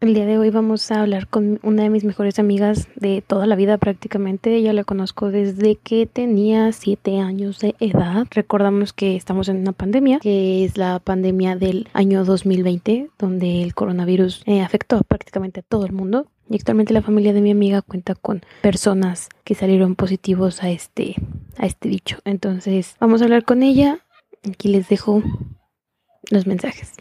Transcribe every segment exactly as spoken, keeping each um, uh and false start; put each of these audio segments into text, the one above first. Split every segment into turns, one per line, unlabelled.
El día de hoy vamos a hablar con una de mis mejores amigas de toda la vida prácticamente. Ella la conozco desde que tenía siete años de edad. Recordamos que estamos en una pandemia, que es la pandemia del año dos mil veinte, donde el coronavirus eh, afectó prácticamente a todo el mundo. Y actualmente la familia de mi amiga cuenta con personas que salieron positivos a este, a este bicho. Entonces vamos a hablar con ella. Aquí les dejo los mensajes.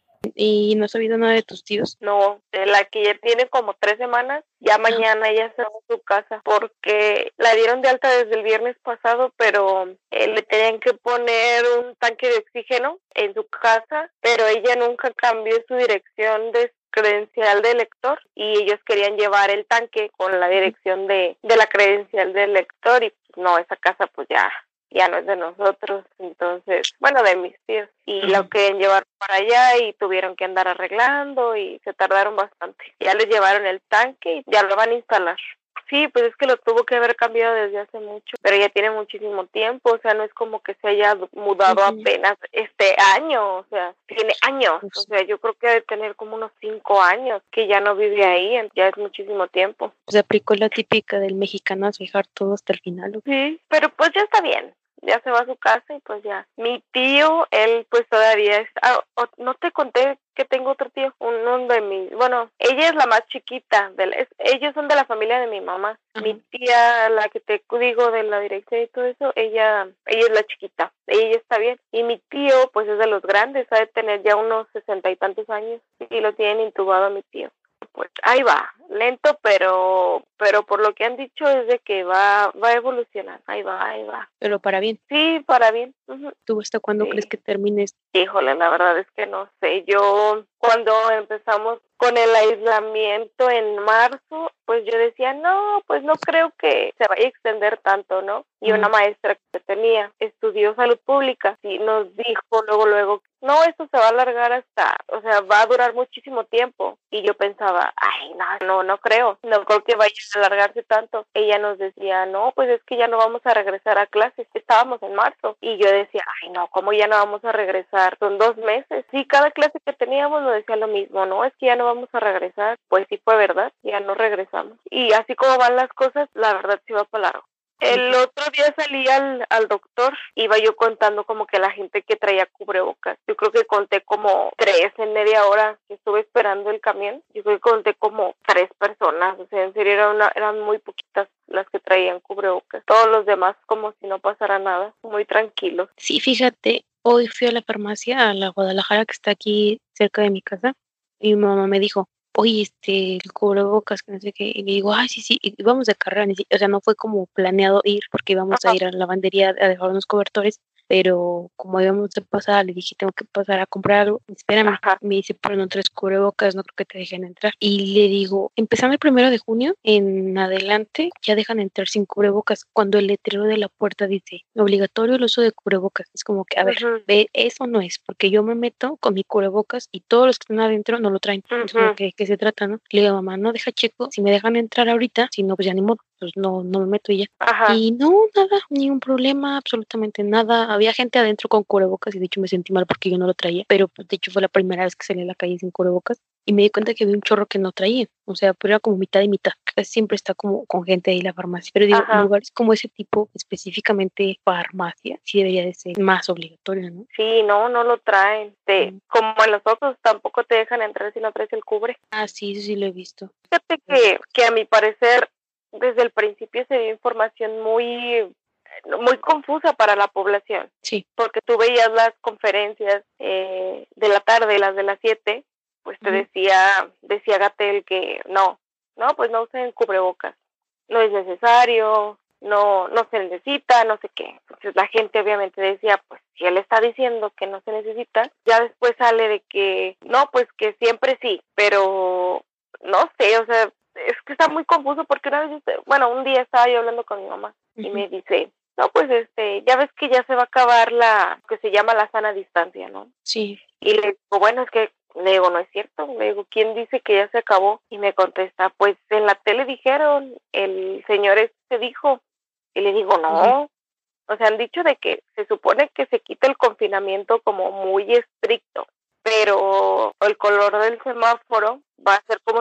¿Y no has sabido nada de tus tíos?
No, de la que ya tiene como tres semanas, ya mañana ella se va a su casa porque la dieron de alta desde el viernes pasado, pero eh, le tenían que poner un tanque de oxígeno en su casa, pero ella nunca cambió su dirección de credencial de lector y ellos querían llevar el tanque con la dirección de, de la credencial del lector y pues no, esa casa pues ya ya no es de nosotros, entonces, bueno, de mis tíos, y uh-huh. Lo querían llevar para allá y tuvieron que andar arreglando y se tardaron bastante. Ya les llevaron el tanque y ya lo van a instalar. Sí, pues es que lo tuvo que haber cambiado desde hace mucho, pero ya tiene muchísimo tiempo, o sea, no es como que se haya mudado uh-huh. apenas este año, o sea, tiene años, o sea, yo creo que debe tener como unos cinco años que ya no vive ahí, ya es muchísimo tiempo.
Pues aplicó la típica del mexicano, dejar todo hasta el final. ¿O?
Sí, pero pues ya está bien. Ya se va a su casa y pues ya. Mi tío, él pues todavía es... Ah, no te conté que tengo otro tío, uno de mis... Bueno, ella es la más chiquita, de la, es, ellos son de la familia de mi mamá. Uh-huh. Mi tía, la que te digo de la dirección y todo eso, ella ella es la chiquita, ella está bien. Y mi tío pues es de los grandes, ha de tener ya unos sesenta y tantos años y lo tienen intubado a mi tío. Pues ahí va, lento, pero pero por lo que han dicho es de que va va a evolucionar, ahí va, ahí va.
Pero para bien.
Sí, para bien. Uh-huh.
¿Tú hasta cuándo sí. crees que termines?
Híjole, la verdad es que no sé. Yo cuando empezamos con el aislamiento en marzo, pues yo decía, no, pues no creo que se vaya a extender tanto, ¿no? Y uh-huh. Una maestra que tenía, estudió salud pública, y nos dijo luego, luego, no, esto se va a alargar hasta, o sea, va a durar muchísimo tiempo. Y yo pensaba, ay, no, no, no creo, no creo que vaya a alargarse tanto. Ella nos decía, no, pues es que ya no vamos a regresar a clases, estábamos en marzo. Y yo decía, ay, no, ¿cómo ya no vamos a regresar? Son dos meses. Sí, cada clase que teníamos nos decía lo mismo, no, es que ya no vamos a regresar. Pues sí fue verdad, ya no regresamos. Y así como van las cosas, la verdad sí va para largo. El otro día salí al, al doctor, iba yo contando como que la gente que traía cubrebocas. Yo creo que conté como tres en media hora que estuve esperando el camión. Yo creo que conté como tres personas, o sea, en serio era una, eran muy poquitas las que traían cubrebocas. Todos los demás como si no pasara nada, muy tranquilos.
Sí, fíjate, hoy fui a la farmacia, a la Guadalajara, que está aquí cerca de mi casa, y mi mamá me dijo, oye, este, el cubrebocas, que no sé qué, y le digo, ay, sí, sí, y vamos de carrera, o sea, no fue como planeado ir, porque íbamos Ajá. a ir a la lavandería a dejar unos cobertores, pero como íbamos de pasar, le dije, tengo que pasar a comprar algo, espérame, Ajá. me dice, pero no traes cubrebocas, no creo que te dejen entrar, y le digo, empezando el primero de junio, en adelante, ya dejan entrar sin cubrebocas, cuando el letrero de la puerta dice, obligatorio el uso de cubrebocas, es como que, a ver, uh-huh. ve, eso no es, porque yo me meto con mi cubrebocas y todos los que están adentro no lo traen, uh-huh. es como que, que se trata, ¿no? Le digo, mamá, no, deja checo, si me dejan entrar ahorita, si no, pues ya ni modo, pues no, no me meto y ya. Ajá. Y no, nada, ni un problema, absolutamente nada. Había gente adentro con cubrebocas y de hecho me sentí mal porque yo no lo traía, pero pues, de hecho fue la primera vez que salí a la calle sin cubrebocas y me di cuenta que había un chorro que no traía, o sea, pero era como mitad y mitad, casi siempre está como con gente ahí en la farmacia, pero digo, Ajá. lugares como ese tipo, específicamente farmacia, sí debería de ser más obligatorio, ¿no?
Sí, no, no lo traen, te, mm. como en los otros tampoco te dejan entrar si no traes el cubre.
Ah, sí, eso sí lo he visto.
Fíjate que, que a mi parecer desde el principio se dio información muy muy confusa para la población.
Sí.
Porque tú veías las conferencias eh, de la tarde, las de las siete, pues te uh-huh. decía decía Gatell que no, no, pues no usen cubrebocas, no es necesario, no no se necesita, no sé qué. Entonces la gente obviamente decía, pues si él está diciendo que no se necesita, ya después sale de que no, pues que siempre sí, pero no sé, o sea, es que está muy confuso porque una vez, bueno, un día estaba yo hablando con mi mamá uh-huh. y me dice, no, pues este, ya ves que ya se va a acabar la, que se llama la sana distancia, ¿no?
Sí.
Y le digo, bueno, es que, le digo, no es cierto, le digo, ¿quién dice que ya se acabó? Y me contesta, pues en la tele dijeron, el señor este dijo, y le digo, no, uh-huh. o sea, han dicho de que se supone que se quita el confinamiento como muy estricto, pero el color del semáforo va a ser como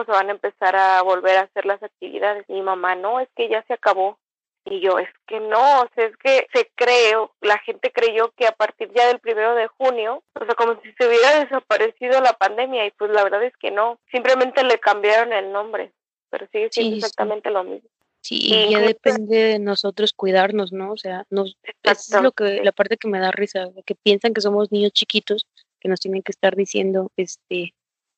se van a empezar a volver a hacer las actividades. Mi mamá, no, es que ya se acabó. Y yo, es que no, o sea, es que se creó, la gente creyó que a partir ya del primero de junio, o sea, como si se hubiera desaparecido la pandemia, y pues la verdad es que no, simplemente le cambiaron el nombre, pero sigue siendo
Sí, sí.
exactamente lo mismo.
Sí,
Y
y ya
incluso-
depende de nosotros cuidarnos, ¿no? O sea, nos, eso es
Exacto.
lo que, la parte que me da risa, de que piensan que somos niños chiquitos, que nos tienen que estar diciendo, este,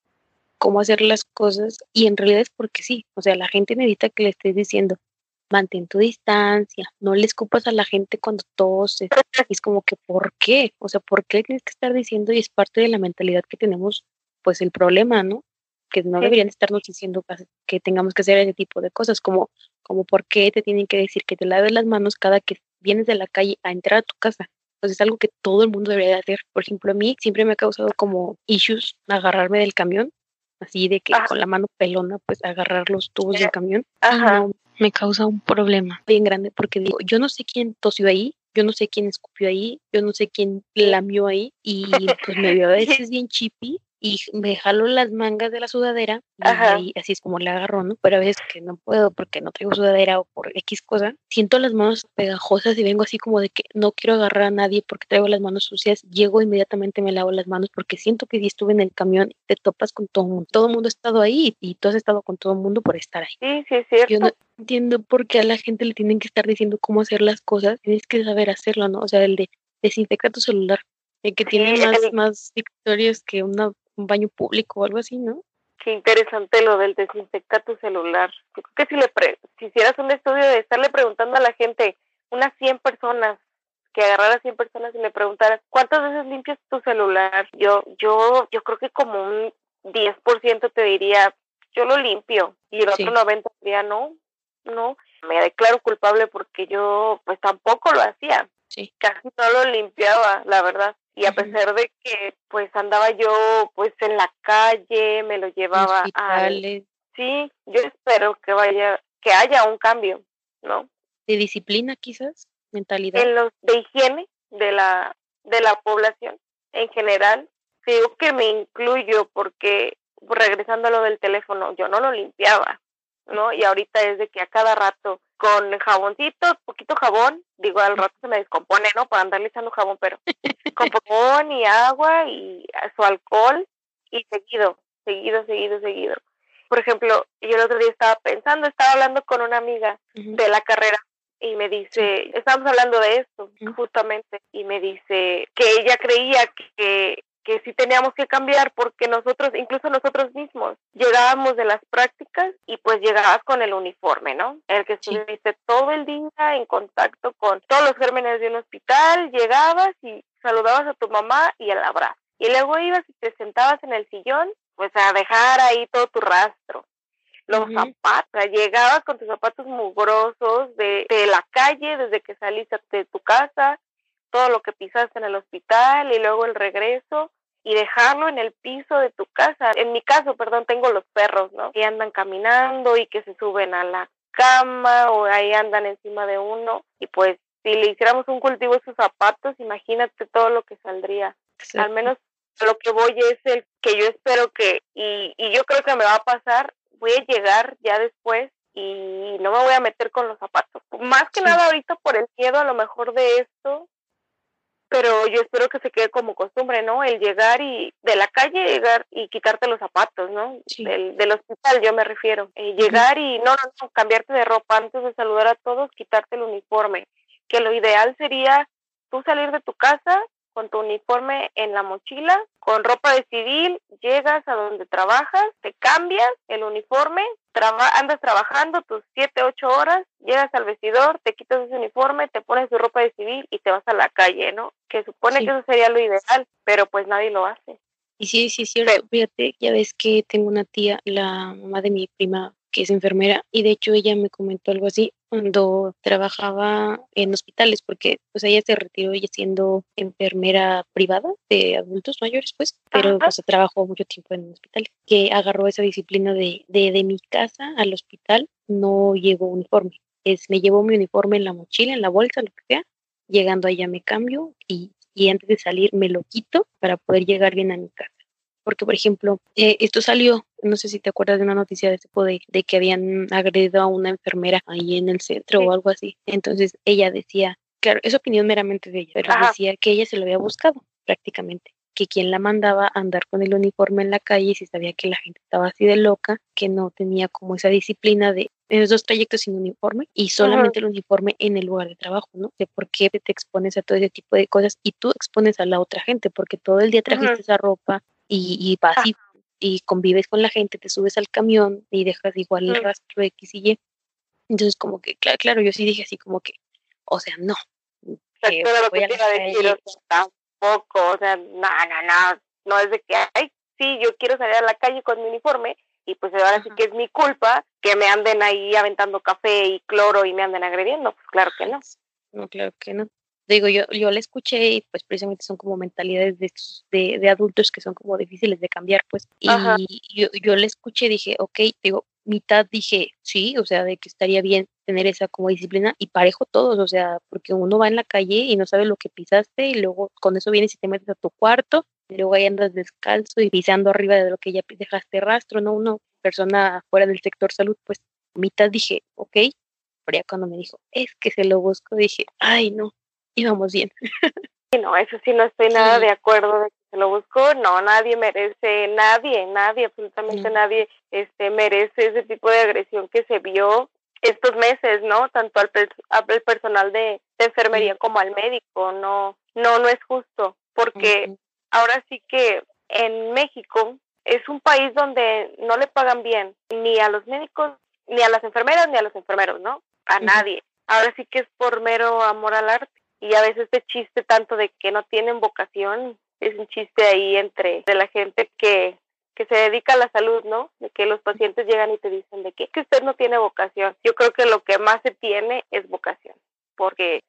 cómo hacer las cosas, y en realidad es porque sí, o sea, la gente necesita que le estés diciendo, mantén tu distancia, no le escupas a la gente cuando toses, y es como que, ¿por qué? O sea, ¿por qué tienes que estar diciendo? Y es parte de la mentalidad que tenemos, pues el problema, ¿no? Que no
Sí.
deberían estarnos diciendo que, que tengamos que hacer ese tipo de cosas, como, como ¿por qué te tienen que decir que te laves las manos cada que vienes de la calle a entrar a tu casa? Pues es algo que todo el mundo debería de hacer. Por ejemplo, a mí siempre me ha causado como issues agarrarme del camión, así de que
Ajá.
con la mano pelona, pues agarrar los tubos del camión.
Ajá.
Y no, me causa un problema bien grande porque digo, yo no sé quién tosió ahí, yo no sé quién escupió ahí, yo no sé quién lamió ahí, y pues me veo a veces bien chippy y me jalo las mangas de la sudadera y
Ajá.
ahí así es como le agarro, ¿no? Pero a veces que no puedo porque no traigo sudadera o por X cosa, siento las manos pegajosas y vengo así como de que no quiero agarrar a nadie porque traigo las manos sucias, llego inmediatamente, me lavo las manos porque siento que si estuve en el camión y te topas con todo el mundo, todo el mundo ha estado ahí y tú has estado con todo el mundo por estar ahí.
Sí, sí es cierto.
Yo no entiendo por qué a la gente le tienen que estar diciendo cómo hacer las cosas, tienes que saber hacerlo, ¿no? O sea, el de desinfecta tu celular, el que
Sí,
tiene más,
el-
más victorias que una, un baño público o algo así, ¿no?
Qué interesante lo del desinfecta tu celular. Yo creo que si le pre si hicieras un estudio de estarle preguntando a la gente, unas cien personas, que agarraras cien personas y le preguntaras, ¿cuántas veces limpias tu celular? Yo yo yo creo que como un diez por ciento te diría, yo lo limpio, y el
Sí.
otro noventa por ciento diría, no, no, me declaro culpable porque yo pues tampoco lo hacía.
Sí.
Casi no lo limpiaba, la verdad. Y a
Ujú.
pesar de que pues andaba yo pues en la calle, me lo llevaba al...
Hospitales,
Sí, yo espero que vaya, que haya un cambio, ¿no?
de disciplina quizás, mentalidad.
En los de higiene de la de la población en general. Digo que me incluyo porque, regresando a lo del teléfono, yo no lo limpiaba, ¿no? Y ahorita es de que a cada rato con jaboncito, poquito jabón, digo, al rato se me descompone, ¿no? Para andarle echando jabón, pero con jabón y agua y su alcohol, y seguido, seguido, seguido, seguido. Por ejemplo, yo el otro día estaba pensando, estaba hablando con una amiga
Ujú.
de la carrera y me dice, estábamos hablando de esto
Ujú.
justamente, y me dice que ella creía que, que sí teníamos que cambiar porque nosotros, incluso nosotros mismos, llegábamos de las prácticas y pues llegabas con el uniforme, ¿no? El que
Sí.
estuviste todo el día en contacto con todos los gérmenes de un hospital, llegabas y saludabas a tu mamá y el abrazo. Y luego ibas y te sentabas en el sillón, pues a dejar ahí todo tu rastro. Los
Ujú.
zapatos, llegabas con tus zapatos mugrosos de, de la calle, desde que saliste de tu casa, todo lo que pisaste en el hospital y luego el regreso y dejarlo en el piso de tu casa. En mi caso, perdón, tengo los perros, ¿no? Que andan caminando y que se suben a la cama o ahí andan encima de uno, y pues si le hiciéramos un cultivo a esos zapatos, imagínate todo lo que saldría.
Exacto.
Al menos a lo que voy es el que yo espero que, y, y yo creo que me va a pasar, voy a llegar ya después y no me voy a meter con los zapatos. Más que
Sí.
nada ahorita por el miedo a lo mejor de esto, pero yo espero que se quede como costumbre, ¿no? El llegar y de la calle llegar y quitarte los zapatos, ¿no?
Sí.
Del, del hospital yo me refiero. Eh, llegar y no, no, no, cambiarte de ropa antes de saludar a todos, quitarte el uniforme. Que lo ideal sería tú salir de tu casa con tu uniforme en la mochila, con ropa de civil, llegas a donde trabajas, te cambias el uniforme, traba andas trabajando tus siete, ocho horas, llegas al vestidor, te quitas ese uniforme, te pones tu ropa de civil y te vas a la calle, ¿no? Que supone
Sí.
que eso sería lo ideal, pero pues nadie lo hace.
Y sí, sí es cierto. Fíjate, ya ves que tengo una tía, la mamá de mi prima, que es enfermera, y de hecho ella me comentó algo así cuando trabajaba en hospitales, porque pues ella se retiró ella siendo enfermera privada de adultos mayores, pues, pero
Ajá.
pues trabajó mucho tiempo en hospitales, que agarró esa disciplina de, de, de mi casa al hospital, no llevo uniforme. Es, me llevo mi uniforme en la mochila, en la bolsa, lo que sea, llegando allá me cambio y, y antes de salir me lo quito para poder llegar bien a mi casa. Porque, por ejemplo, eh, esto salió no sé si te acuerdas de una noticia de tipo de, de que habían agredido a una enfermera ahí en el centro
Sí.
o algo así. Entonces ella decía, claro, es opinión meramente de ella, pero
Ajá.
decía que ella se lo había buscado prácticamente, que quien la mandaba a andar con el uniforme en la calle si sabía que la gente estaba así de loca, que no tenía como esa disciplina de en los dos trayectos sin uniforme y solamente uh-huh. el uniforme en el lugar de trabajo, ¿no? De por qué te expones a todo ese tipo de cosas y tú expones a la otra gente, porque todo el día trajiste uh-huh. esa ropa y, y vas uh-huh. y, y convives con la gente, te subes al camión y dejas igual uh-huh. el rastro de X y Y. Entonces, como que, claro, claro, yo sí dije así como que, o sea, no.
Que lo que te iba a decir, o sea, tampoco, o sea, no, no, no, no es de que, ay, sí, yo quiero salir a la calle con mi uniforme, y pues ahora uh-huh. sí que es mi culpa que me anden ahí aventando café y cloro y me anden agrediendo, pues claro que no.
No, claro que no. Digo, yo, yo la escuché y pues precisamente son como mentalidades de estos, de, de adultos que son como difíciles de cambiar, pues. Y uh-huh. yo, yo la escuché y dije, ok, digo, mitad dije, sí, o sea, de que estaría bien tener esa como disciplina y parejo todos, o sea, porque uno va en la calle y no sabe lo que pisaste y luego con eso vienes y te metes a tu cuarto y luego ahí andas descalzo y pisando arriba de lo que ya dejaste rastro, ¿no? Una persona fuera del sector salud, pues mitad dije, ok, pero ya cuando me dijo, es que se lo busco, dije, ay, no, íbamos bien.
Sí, no, eso sí no estoy nada sí. de acuerdo de que se lo busco, no, nadie merece, nadie, nadie, absolutamente no. nadie este, merece ese tipo de agresión que se vio estos meses, ¿no? Tanto al, al personal de, de enfermería sí. como al médico, no, no, no es justo, porque uh-huh. ahora sí que en México es un país donde no le pagan bien ni a los médicos, ni a las enfermeras, ni a los enfermeros, ¿no? A uh-huh. nadie. Ahora sí que es por mero amor al arte. Y a veces este chiste tanto de que no tienen vocación, es un chiste ahí entre de la gente que, que se dedica a la salud, ¿no? De que los pacientes llegan y te dicen de que, que usted no tiene vocación. Yo creo que lo que más se tiene es vocación, porque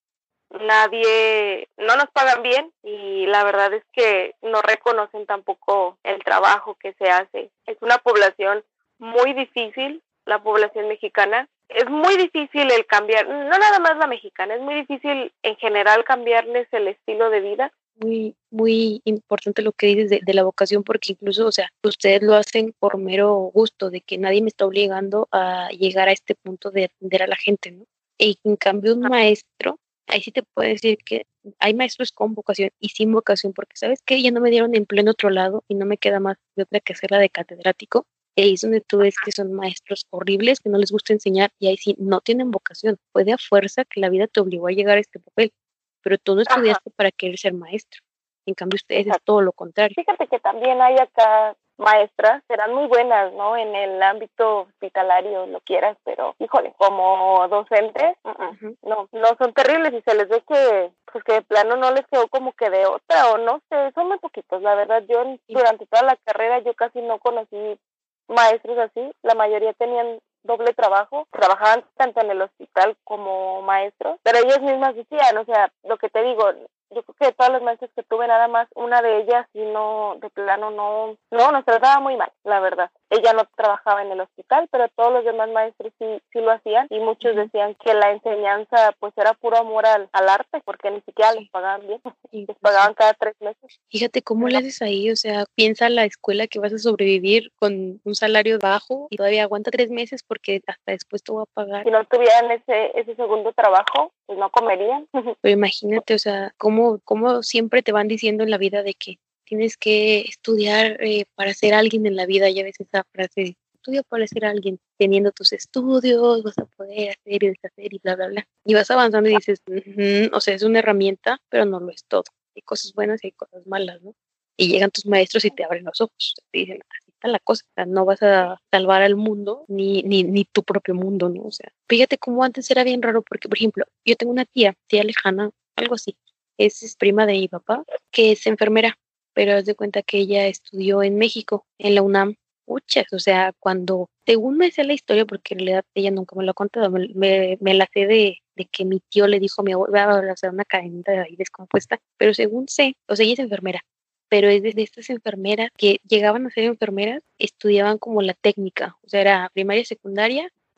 nadie, no nos pagan bien y la verdad es que no reconocen tampoco el trabajo que se hace. Es una población muy difícil, la población mexicana. Es muy difícil el cambiar, no nada más la mexicana, es muy difícil en general cambiarles el estilo de vida.
Muy, muy importante lo que dices de, de la vocación, porque incluso, o sea, ustedes lo hacen por mero gusto, de que nadie me está obligando a llegar a este punto de atender a la gente, ¿no? Y en cambio un maestro, ahí sí te puedo decir que hay maestros con vocación y sin vocación, porque ¿sabes qué? Ya no me dieron empleo en otro lado y no me queda más de otra que hacer la de catedrático. Y ahí es donde tú ves que son maestros horribles, que no les gusta enseñar y ahí sí no tienen vocación. Fue de a fuerza que la vida te obligó a llegar a este papel, pero tú no estudiaste Ajá. para querer ser maestro. En cambio, ustedes Exacto. es todo lo contrario.
Fíjate que también hay acá maestras, serán muy buenas, ¿no? En el ámbito hospitalario, lo quieras, pero, híjole, como docentes, uh-uh, no, no, son terribles y se les ve que, pues que de plano no les quedó como que de otra, o no sé, son muy poquitos, la verdad, yo sí. durante toda la carrera yo casi no conocí maestros así, la mayoría tenían doble trabajo, trabajaban tanto en el hospital como maestros, pero ellas mismas decían, o sea, lo que te digo, yo creo que de todas las maestras que tuve, nada más una de ellas y no, de plano no, no, nos trataba muy mal, la verdad. Ella no trabajaba en el hospital, pero todos los demás maestros sí, sí lo hacían y muchos uh-huh. decían que la enseñanza pues era puro amor al, al arte, porque ni siquiera sí. les pagaban bien, sí, les pagaban sí. cada tres meses.
Fíjate cómo le haces ahí, o sea, piensa la escuela que vas a sobrevivir con un salario bajo y todavía aguanta tres meses porque hasta después te voy a pagar.
Si no tuvieran ese, ese segundo trabajo, pues no comerían.
Pero imagínate, o sea, cómo, cómo siempre te van diciendo en la vida de que tienes que estudiar eh, para ser alguien en la vida. Ya ves esa frase, estudia para ser alguien. Teniendo tus estudios, vas a poder hacer y deshacer y bla, bla, bla. Y vas avanzando y dices, uh-huh, o sea, es una herramienta, pero no lo es todo. Hay cosas buenas y hay cosas malas, ¿no? Y llegan tus maestros y te abren los ojos. Te dicen, así está la cosa. O sea, no vas a salvar al mundo ni, ni, ni tu propio mundo, ¿no? O sea, fíjate cómo antes era bien raro porque, por ejemplo, yo tengo una tía, tía lejana, algo así. Es, es prima de mi papá, que es enfermera, pero haz de cuenta que ella estudió en México, en la UNAM. Muchas, o sea, cuando, según me sé la historia, porque en realidad ella nunca me lo ha contado, me, me, me la sé de, de que mi tío le dijo a mi abuela, voy a hacer una cadenita de ahí descompuesta, pero según sé, o sea, ella es enfermera, pero es de, de estas enfermeras que llegaban a ser enfermeras, estudiaban como la técnica, o sea, era primaria, secundaria,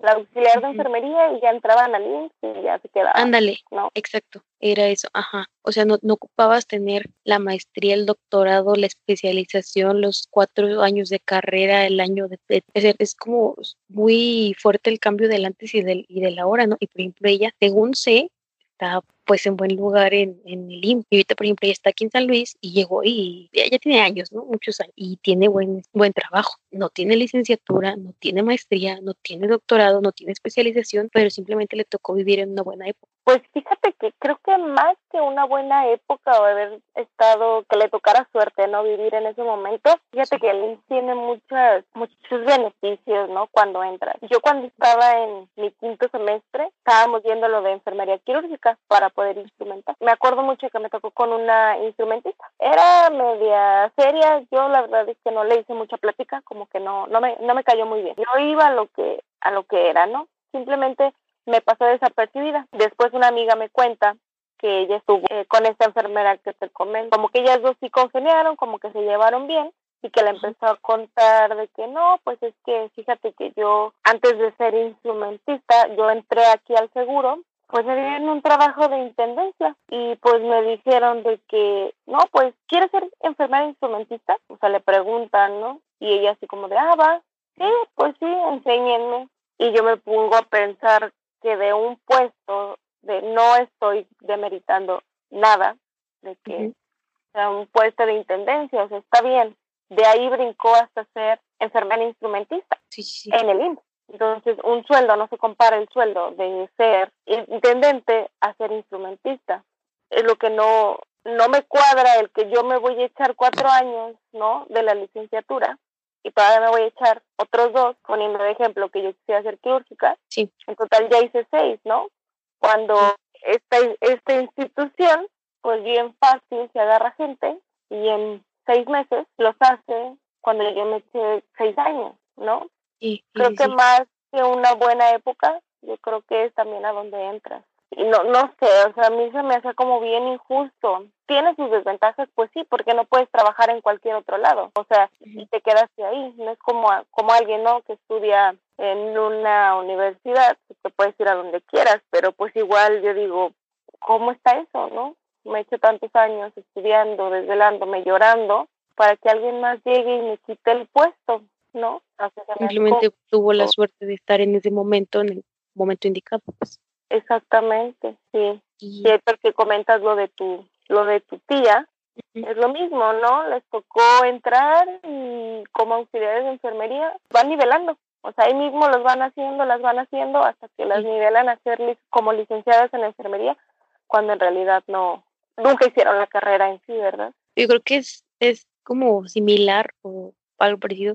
la auxiliar de
Ujú.
enfermería y ya entraban al I M S S y ya se quedaban,
Ándale,
¿no?
exacto, era eso, ajá. O sea, no, no ocupabas tener la maestría, el doctorado, la especialización, los cuatro años de carrera, el año de... de- es, decir, es como muy fuerte el cambio del antes y del, y del ahora, ¿no? Y por ejemplo, ella, según sé, está pues en buen lugar en, en el I M S S. Y ahorita, por ejemplo, ella está aquí en San Luis y llegó y ya, ya tiene años, ¿no? Muchos años. Y tiene buen, buen trabajo. No tiene licenciatura, no tiene maestría, no tiene doctorado, no tiene especialización, pero simplemente le tocó vivir en una buena época.
Pues fíjate que creo que más que una buena época o haber estado, que le tocara suerte, ¿no? Vivir en ese momento, fíjate
Sí.
que el I M S S tiene muchas, muchos beneficios, ¿no? Cuando entras. Yo cuando estaba en mi quinto semestre, estábamos viendo lo de enfermería quirúrgica para poder instrumentar. Me acuerdo mucho que me tocó con una instrumentista. Era media seria, yo la verdad es que no le hice mucha plática, como que no, no me, no me cayó muy bien. Yo iba a lo que, a lo que era, ¿no? Simplemente me pasó desapercibida. Después una amiga me cuenta que ella estuvo eh, con esta enfermera que te comento, como que ellas dos sí congeniaron, como que se llevaron bien, y que le empezó a contar de que no, pues es que fíjate que yo, antes de ser instrumentista, yo entré aquí al seguro, pues me dieron un trabajo de intendencia, y pues me dijeron de que, no, pues, ¿quieres ser enfermera instrumentista? O sea, le preguntan, ¿no? Y ella así como de, ah, va, sí, pues sí, enséñenme. Y yo me pongo a pensar que de un puesto, de no estoy demeritando nada, de que
Ujú.
sea un puesto de intendencia, o sea, está bien. De ahí brincó hasta ser enfermera instrumentista
Sí, sí, sí.
en el I M S S. Entonces, un sueldo no se compara el sueldo de ser intendente a ser instrumentista. Es lo que no, no me cuadra el que yo me voy a echar cuatro años, ¿no? De la licenciatura y todavía me voy a echar otros dos, poniendo de ejemplo que yo quisiera hacer quirúrgica.
Sí.
En total ya hice seis, ¿no? Cuando esta, esta institución, pues bien fácil se agarra gente y en seis meses los hace cuando yo me eché seis años, ¿no?
Sí, sí,
Creo
sí,
que
sí.
más que una buena época, yo creo que es también a donde entras. Y no, no sé, o sea, a mí se me hace como bien injusto. Tiene sus desventajas, pues sí, porque no puedes trabajar en cualquier otro lado. O sea, y te quedaste ahí. No es como, como alguien, ¿no? Que estudia en una universidad, que te puedes ir a donde quieras, pero pues igual yo digo, ¿cómo está eso, no? Me he hecho tantos años estudiando, desvelándome, llorando, para que alguien más llegue y me quite el puesto, ¿no? O sea, se me hace
Simplemente
como...
tuvo la suerte de estar en ese momento, en el momento indicado, pues.
Exactamente, sí.
Y
Y es porque comentas lo de tu, lo de tu tía,
ujú.
es lo mismo, ¿no? Les tocó entrar y como auxiliares de enfermería van nivelando. O sea, ahí mismo los van haciendo, las van haciendo hasta que las
Sí.
nivelan a ser li- como licenciadas en enfermería, cuando en realidad no, nunca hicieron la carrera en sí, ¿verdad?
Yo creo que es, es como similar o algo parecido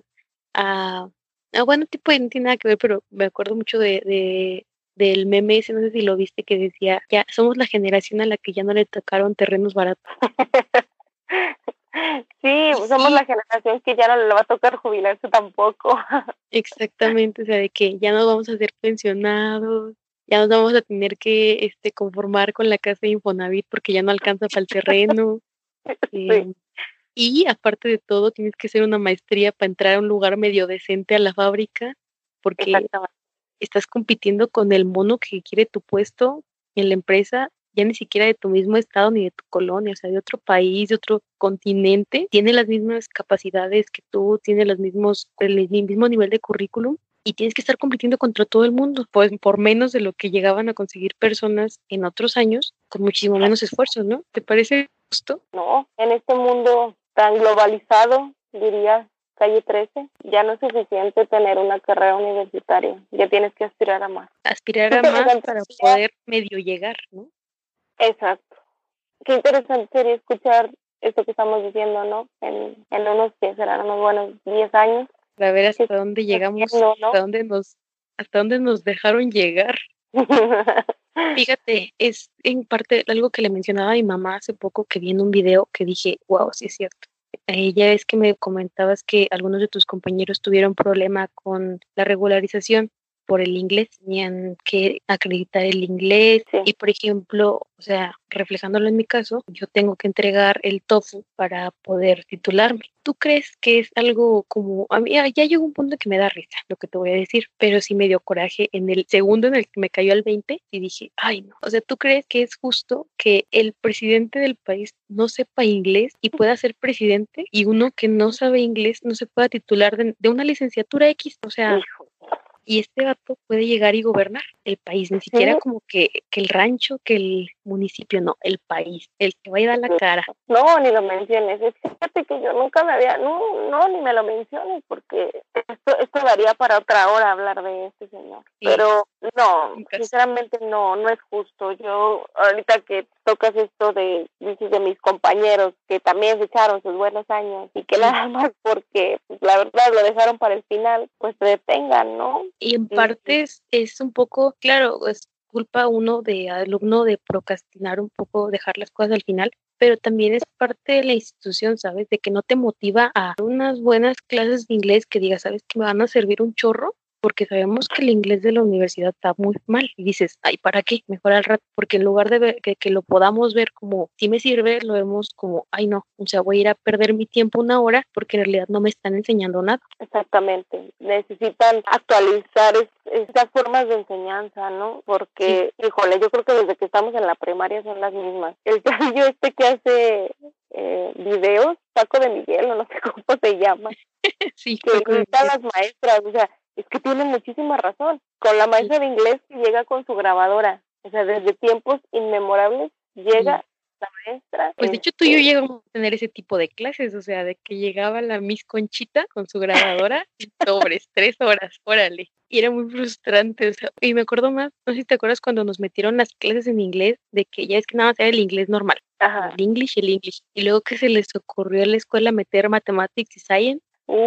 a, a bueno, tipo no tiene nada que ver, pero me acuerdo mucho de, de del meme ese, no sé si lo viste, que decía, ya somos la generación a la que ya no le tocaron terrenos baratos.
Sí,
Y
somos
sí,
la generación que ya no le va a tocar jubilarse tampoco.
exactamente, o sea, de que ya no vamos a ser pensionados, ya nos vamos a tener que este conformar con la casa de Infonavit porque ya no alcanza para el terreno.
Sí,
eh, Y aparte de todo, tienes que hacer una maestría para entrar a un lugar medio decente a la fábrica, porque
exactamente.
estás compitiendo con el mono que quiere tu puesto en la empresa, ya ni siquiera de tu mismo estado ni de tu colonia, o sea, de otro país, de otro continente, tiene las mismas capacidades que tú, tiene los mismos, el mismo nivel de currículum. Y tienes que estar compitiendo contra todo el mundo, pues por menos de lo que llegaban a conseguir personas en otros años, con muchísimo menos esfuerzo, ¿no? ¿Te parece justo?
No, en este mundo tan globalizado, diría Calle trece, ya no es suficiente tener una carrera universitaria, ya tienes que aspirar a más.
Aspirar
Qué
a más
interesante
para
sería,
poder medio llegar, ¿no?
exacto, qué interesante sería escuchar esto que estamos diciendo, ¿no? En, en unos que serán unos buenos diez años,
Para ver
que
hasta dónde
estamos
llegamos,
haciendo, ¿no?
hasta dónde nos, hasta dónde nos dejaron llegar. Fíjate, es en parte algo que le mencionaba a mi mamá hace poco que vi en un video que dije, wow, sí es cierto. Ella es que me comentabas que algunos de tus compañeros tuvieron problema con la regularización por el inglés, tenían que acreditar el inglés
Sí.
y, por ejemplo, o sea, reflejándolo en mi caso, yo tengo que entregar el TOEFL para poder titularme. ¿Tú crees que es algo como, a mí ya llegó un punto que me da risa lo que te voy a decir, pero sí me dio coraje en el segundo en el que me cayó al veinte y dije, ay no, o sea, ¿tú crees que es justo que el presidente del país no sepa inglés y pueda ser presidente y uno que no sabe inglés no se pueda titular de, de una licenciatura X? O sea,
Hijo.
y este vato puede llegar y gobernar el país, ni siquiera
Sí.
como que, que el rancho, que el municipio, no, el país, el que va a dar la cara.
No, ni lo menciones. Es que fíjate que yo nunca me había, no, no, ni me lo menciones, porque esto, esto daría para otra hora hablar de este señor.
Sí.
Pero no,
Un caso.
sinceramente no, no es justo. Yo, ahorita que tocas esto de, dices de mis compañeros, que también se echaron sus buenos años, y que
Sí.
nada más porque, pues, la verdad, lo dejaron para el final, pues se detengan, ¿no?
Y en
Sí.
partes es un poco, claro, es culpa uno de alumno de procrastinar un poco, dejar las cosas al final, pero también es parte de la institución, ¿sabes? De que no te motiva a unas buenas clases de inglés que digas, ¿sabes? Que me van a servir un chorro, porque sabemos que el inglés de la universidad está muy mal. Y dices, ay, ¿para qué? Mejor al rato, porque en lugar de ver, que, que lo podamos ver como, si me sirve, lo vemos como, ay, no, o sea, voy a ir a perder mi tiempo una hora porque en realidad no me están enseñando nada.
Exactamente, necesitan actualizar es, estas formas de enseñanza, ¿no? Porque, sí. híjole, yo creo que desde que estamos en la primaria son las mismas. El chavillo este que hace eh, videos, Paco de Miguel, o no sé cómo se llama,
sí,
que imita a las maestras, o sea, es que tiene muchísima razón. Con la maestra sí. de inglés que llega con su grabadora, o sea, desde tiempos inmemorables llega... Sí. La maestra.
Pues de hecho tú y yo llegamos a tener ese tipo de clases, o sea, de que llegaba la Miss Conchita con su grabadora sobres, tres horas, órale. Y era muy frustrante, o sea, y me acuerdo más, no sé si te acuerdas cuando nos metieron las clases en inglés, de que ya es que nada más era el inglés normal,
Ajá.
el English, el English, y luego que se les ocurrió a la escuela meter Mathematics y Science.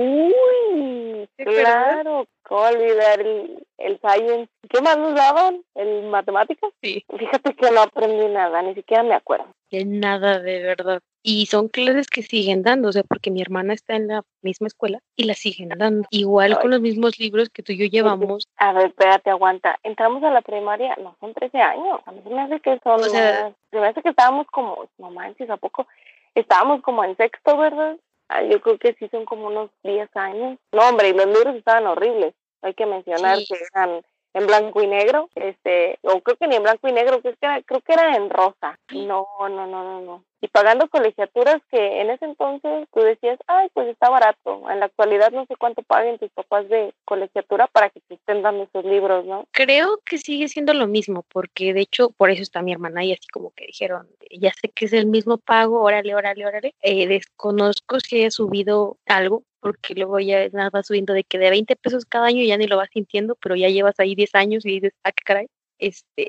Uy, claro, cómo olvidar el, el science. ¿Qué más nos daban? ¿El matemáticas?
Sí.
Fíjate que no aprendí nada, ni siquiera me acuerdo.
De nada, de verdad. Y son clases que siguen dando, o sea, porque mi hermana está en la misma escuela y la siguen dando. Igual Ay. con los mismos libros que tú y yo llevamos.
A ver, espérate, aguanta. Entramos a la primaria, no, son trece años. A mí se me hace que son
o sea,
más. Se me hace que estábamos como, no manches, ¿a poco? Estábamos como en sexto, ¿verdad? Ah, yo creo que sí son como unos diez años. No, hombre, y los libros estaban horribles. Hay que mencionar sí. que eran en blanco y negro, este, o creo que ni en blanco y negro, creo que era, creo que era en rosa. No, no, no, no, no. Y pagando colegiaturas que en ese entonces tú decías, ay, pues está barato. En la actualidad no sé cuánto paguen tus papás de colegiatura para que te estén dando esos libros, ¿no?
Creo que sigue siendo lo mismo, porque de hecho por eso está mi hermana y así como que dijeron, ya sé que es el mismo pago, órale, órale, órale. Eh, desconozco si haya subido algo, porque luego ya nada va subiendo de que de veinte pesos cada año ya ni lo vas sintiendo, pero ya llevas ahí diez años y dices, ah, qué caray. Este,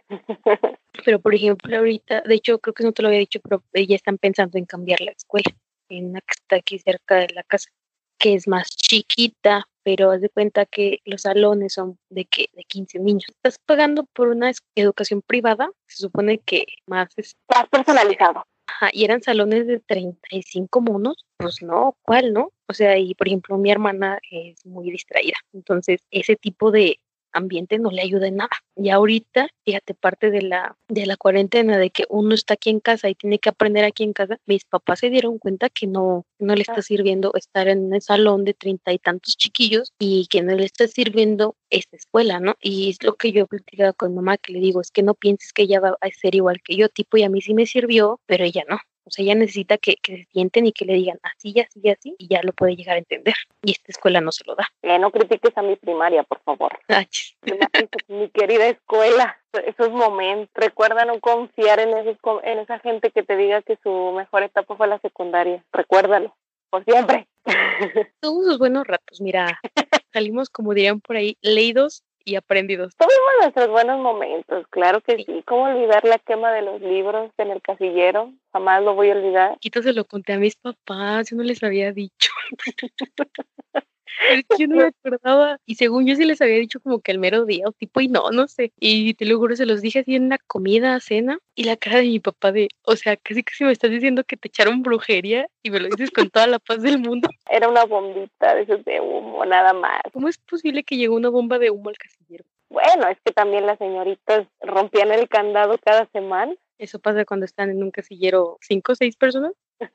pero por ejemplo ahorita, de hecho creo que no te lo había dicho, pero ya están pensando en cambiar la escuela, en una que está aquí cerca de la casa, que es más chiquita, pero haz de cuenta que los salones son de que de quince niños. Estás pagando por una educación privada, se supone que más es
más personalizado.
Ajá, y eran salones de treinta y cinco monos, pues no, ¿cuál no? O sea, y por ejemplo mi hermana es muy distraída, entonces ese tipo de ambiente no le ayuda en nada. Y ahorita, fíjate, parte de la de la cuarentena, de que uno está aquí en casa y tiene que aprender aquí en casa, mis papás se dieron cuenta que no, no le está sirviendo estar en un salón de treinta y tantos chiquillos y que no le está sirviendo esta escuela, ¿no? Y es lo que yo he platicado con mamá, que le digo, es que no pienses que ella va a ser igual que yo, tipo, y a mí sí me sirvió, pero ella no. O sea, ella necesita que, que se sienten y que le digan así, así, así, y ya lo puede llegar a entender. Y esta escuela no se lo da.
Eh, no critiques a mi primaria, por favor. Mi querida escuela, esos momentos. Recuerda no confiar en, esos, en esa gente que te diga que su mejor etapa fue la secundaria. Recuérdalo, por siempre.
Todos esos buenos ratos, mira, salimos, como dirían por ahí, leídos y aprendidos.
Tuvimos nuestros buenos momentos, claro que sí. sí. ¿Cómo olvidar la quema de los libros en el casillero? Jamás lo voy a olvidar.
Quito se lo conté a mis papás, yo no les había dicho. Pero es que yo no me acordaba. Y según yo sí les había dicho como que el mero día o tipo, y no, no sé. Y te lo juro, se los dije así en una comida, cena. Y la cara de mi papá de, o sea, casi casi me estás diciendo que te echaron brujería y me lo dices con toda la paz del mundo.
Era una bombita de esos de humo, nada más.
¿Cómo es posible que llegó una bomba de humo al casillero?
Bueno, es que también las señoritas rompían el candado cada semana.
Eso pasa cuando están en un casillero cinco o seis personas.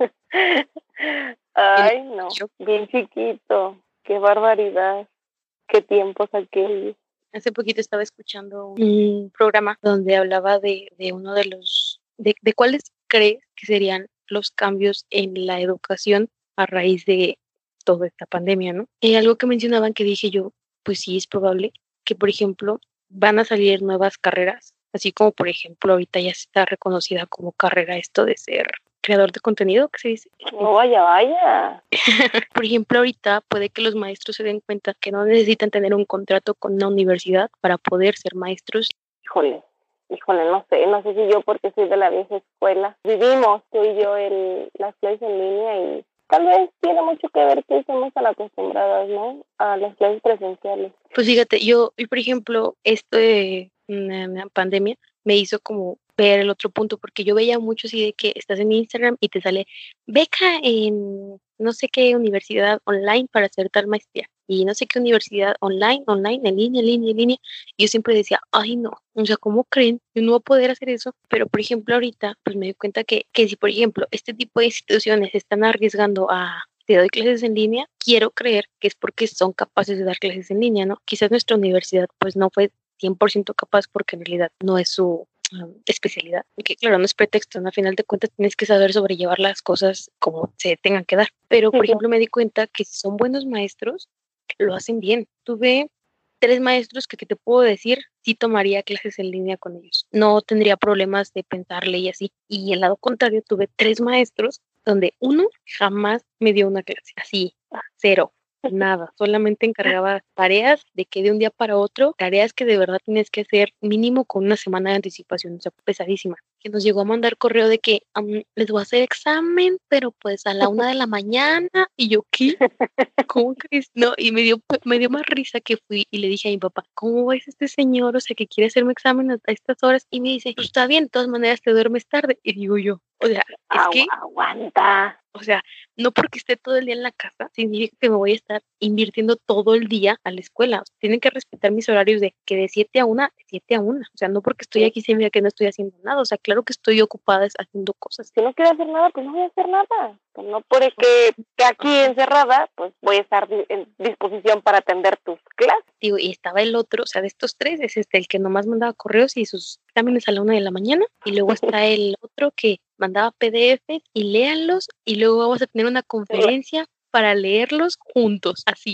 Ay, no, bien chiquito. Qué barbaridad. Qué tiempos aquellos.
Hace poquito estaba escuchando un programa donde hablaba de, de uno de los, de, de cuáles crees que serían los cambios en la educación a raíz de toda esta pandemia, ¿no? Y algo que mencionaban que dije yo, pues sí es probable que, por ejemplo, van a salir nuevas carreras, así como, por ejemplo, ahorita ya está reconocida como carrera esto de ser creador de contenido, ¿qué se dice?
No, vaya, vaya.
Por ejemplo, ahorita puede que los maestros se den cuenta que no necesitan tener un contrato con una universidad para poder ser maestros.
Híjole, híjole, no sé, no sé si yo porque soy de la vieja escuela. Vivimos tú y yo el, las clases en línea y tal vez tiene mucho que ver que estamos tan acostumbradas, ¿no? A las clases presenciales.
Pues fíjate, yo, y por ejemplo, esto de una, una pandemia me hizo como ver el otro punto, porque yo veía mucho así de que estás en Instagram y te sale beca en no sé qué universidad online para hacer tal maestría, y no sé qué universidad online, online, en línea, en línea, en línea, y yo siempre decía, ay no, o sea, ¿cómo creen? Yo no voy a poder hacer eso, pero por ejemplo ahorita, pues me doy cuenta que, que si por ejemplo este tipo de instituciones están arriesgando a te doy clases en línea, quiero creer que es porque son capaces de dar clases en línea, ¿no? Quizás nuestra universidad pues no fue cien por ciento capaz porque en realidad no es su um, especialidad, que claro, no es pretexto, ¿no? A final de cuentas tienes que saber sobrellevar las cosas como se tengan que dar, pero por ejemplo me di cuenta que si son buenos maestros, lo hacen bien. Tuve tres maestros que, que te puedo decir, sí tomaría clases en línea con ellos, no tendría problemas de pensarle y así, y al lado contrario tuve tres maestros donde uno jamás me dio una clase, así, cero, nada, solamente encargaba tareas de que de un día para otro, tareas que de verdad tienes que hacer mínimo con una semana de anticipación, o sea, pesadísima, que nos llegó a mandar correo de que um, les voy a hacer examen, pero pues a la una de la mañana, y yo, ¿qué? ¿Cómo crees? No, y me dio, me dio más risa que fui y le dije a mi papá, ¿cómo es este señor? O sea, que quiere hacerme examen a estas horas, y me dice, pues está bien, de todas maneras te duermes tarde, y digo yo, o sea, es
Agu-
que,
aguanta.
o sea, no porque esté todo el día en la casa, significa que me voy a estar invirtiendo todo el día a la escuela. O sea, tienen que respetar mis horarios de que de siete a una, de siete a una. O sea, no porque estoy aquí significa que no estoy haciendo nada. O sea, claro que estoy ocupada haciendo cosas.
Si no quiero hacer nada, pues no voy a hacer nada. Pues no porque esté aquí encerrada, pues voy a estar en disposición para atender tus clases.
Digo, y estaba el otro, o sea, de estos tres, es este el que nomás mandaba correos y sus exámenes a la una de la mañana. Y luego está el otro que mandaba P D Fs y léanlos, y luego vamos a tener una conferencia para leerlos juntos, así.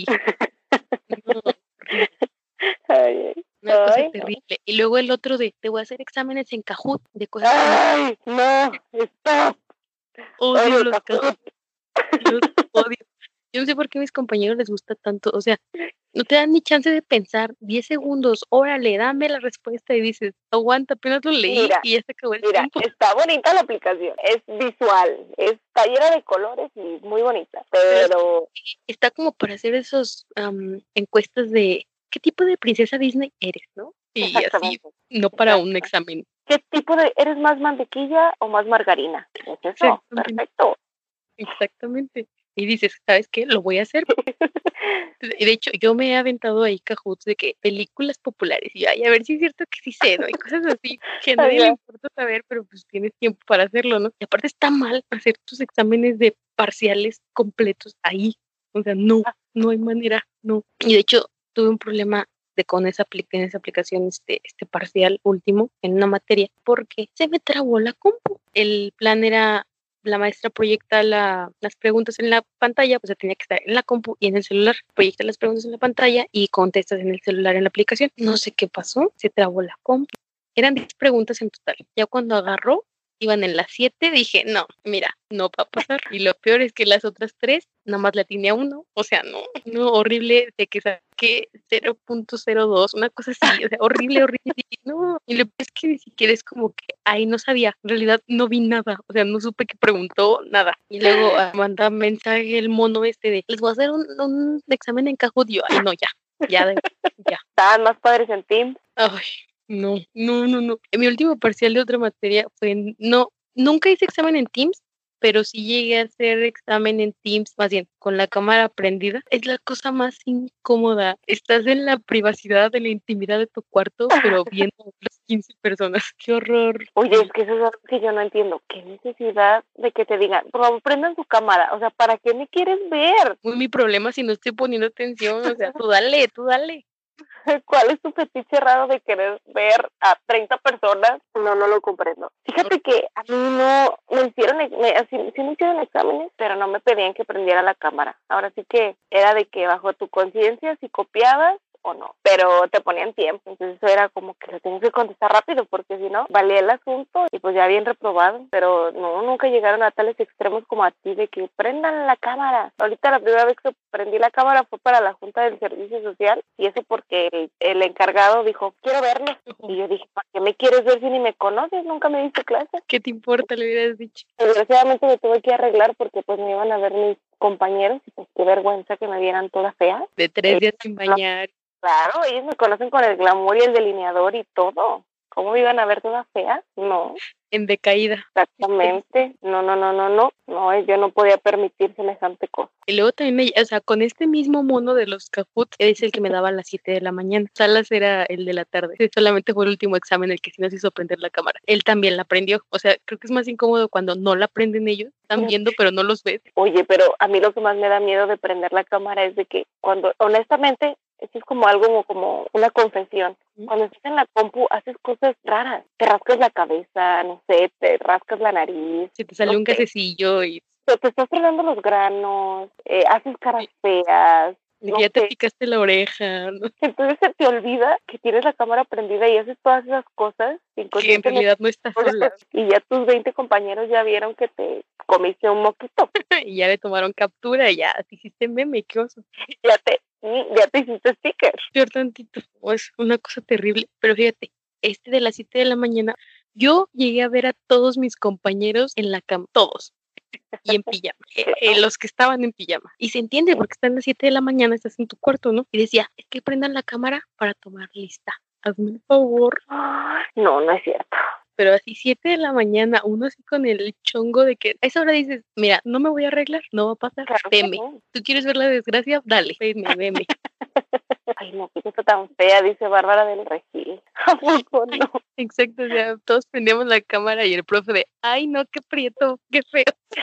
No,
Ay,
una cosa
ay,
terrible. No. Y luego el otro de, te voy a hacer exámenes en Kahoot, de cosas
ay, que no, stop.
odio
Odio
los Kahoot, los odio. Yo no sé por qué a mis compañeros les gusta tanto, o sea, no te dan ni chance de pensar, diez segundos, órale, dame la respuesta y dices, aguanta, apenas lo leí
Mira,
y ya se acabó el
Mira,
tiempo.
está bonita la aplicación, es visual, está llena de colores y muy bonita, pero...
Está como para hacer esos um, encuestas de qué tipo de princesa Disney eres, ¿no? Y así, no para un examen.
¿Qué tipo de, eres más mantequilla o más margarina? Es eso, perfecto.
Exactamente. Y dices, ¿sabes qué? Lo voy a hacer. Y de hecho, yo me he aventado ahí Kahoots de que películas populares, y ay, a ver si es cierto que sí sé, ¿no? Y cosas así que a nadie le importa saber, pero pues tienes tiempo para hacerlo, ¿no? Y aparte está mal hacer tus exámenes de parciales completos ahí. O sea, no, no hay manera, no. Y de hecho, tuve un problema de con esa, en esa aplicación, este, este parcial último, en una materia, porque se me trabó la compu. El plan era la maestra proyecta la, las preguntas en la pantalla, pues tenía que estar en la compu y en el celular. Proyecta las preguntas en la pantalla y contestas en el celular en la aplicación. No sé qué pasó, se trabó la compu. Eran diez preguntas en total. Ya cuando agarró, iban en las siete, dije, no, mira, no va a pasar. Y lo peor es que las otras tres, nada más la tenía uno. O sea, no, no, horrible de que que cero punto cero dos, una cosa así, o sea, horrible, horrible. No, y lo peor es que ni siquiera es como que ahí no sabía, en realidad no vi nada, o sea, no supe que preguntó nada. Y luego ah, manda mensaje el mono este de, les voy a hacer un, un examen en Kahoot, y yo, ay no, ya, ya, de- ya.
Estaban más padres en Teams.
Ay, no, no, no, no. En mi último parcial de otra materia fue, en- no, nunca hice examen en Teams, pero sí llegué a hacer examen en Teams, más bien, con la cámara prendida. Es la cosa más incómoda. Estás en la privacidad, de la intimidad de tu cuarto, pero viendo a otras quince personas. ¡Qué horror!
Oye, es que eso es algo que yo no entiendo. ¿Qué necesidad de que te digan, por favor, prendan su cámara? O sea, ¿para qué me quieres ver?
Muy mi problema si no estoy poniendo atención, o sea, tú dale, tú dale.
¿Cuál es tu fetiche raro de querer ver a treinta personas? No, no lo comprendo. Fíjate que a mí no me hicieron, me, así, sí me hicieron exámenes, pero no me pedían que prendiera la cámara. Ahora sí que era de que bajo tu conciencia si copiabas o no, pero te ponían tiempo, entonces eso era como que lo tenías que contestar rápido porque si no, valía el asunto y pues ya bien reprobado, pero no, nunca llegaron a tales extremos como a ti de que prendan la cámara. Ahorita la primera vez que prendí la cámara fue para la Junta del Servicio Social y eso porque el, el encargado dijo, quiero verlo, y yo dije, ¿para qué me quieres ver si ni me conoces? Nunca me diste clase.
¿Qué te importa? Le hubieras dicho.
Desgraciadamente me tuve que arreglar porque pues me iban a ver mis compañeros y pues qué vergüenza que me vieran toda fea.
De tres
Eh,
días sin bañar.
Claro, ellos me conocen con el glamour y el delineador y todo. ¿Cómo me iban a ver toda fea? No,
En decaída.
exactamente. No, no, no, no, no. No, yo no podía permitir semejante cosa.
Y luego también, me, o sea, con este mismo mono de los Kahoot, es el que me daba a las siete de la mañana. Salas era el de la tarde. Sí, solamente fue el último examen el que sí nos hizo prender la cámara. Él también la prendió. O sea, creo que es más incómodo cuando no la prenden ellos. Están viendo, pero no los ves.
Oye, pero a mí lo que más me da miedo de prender la cámara es de que cuando, honestamente, esto es como algo como una confesión. Cuando estás en la compu haces cosas raras. Te rascas la cabeza, no sé, te rascas la nariz.
Se te sale
no
un
sé.
casecillo y
Te, te estás fregando los granos, eh, haces caras feas.
de
No
que ya te
sé.
picaste la oreja, ¿no?
Entonces se te olvida que tienes la cámara prendida y haces todas esas cosas
Que en
inconscientemente.
realidad no estás sola.
Y ya tus veinte compañeros ya vieron que te comiste un moquito.
Y ya le tomaron captura y ya te hiciste meme, qué oso.
Ya te, ya te hiciste sticker.
Peor tantito. O es una cosa terrible. Pero fíjate, este de las siete de la mañana, yo llegué a ver a todos mis compañeros en la cama, todos. Y en pijama, eh, eh, los que estaban en pijama. Y se entiende porque están a las siete de la mañana, estás en tu cuarto, ¿no? Y decía, es que prendan la cámara para tomar lista. Hazme un favor.
No, no es cierto.
Pero así siete de la mañana, uno así con el chongo de que a esa hora dices, mira, no me voy a arreglar, no va a pasar,
Claro,
veme.
no.
¿Tú quieres ver la desgracia? Dale, veme, veme.
Ay, no, qué cosa tan fea, dice Bárbara del Regil. ¿A poco no?
Exacto, o sea, todos prendíamos la cámara y el profe de, ay, no, qué prieto, qué feo.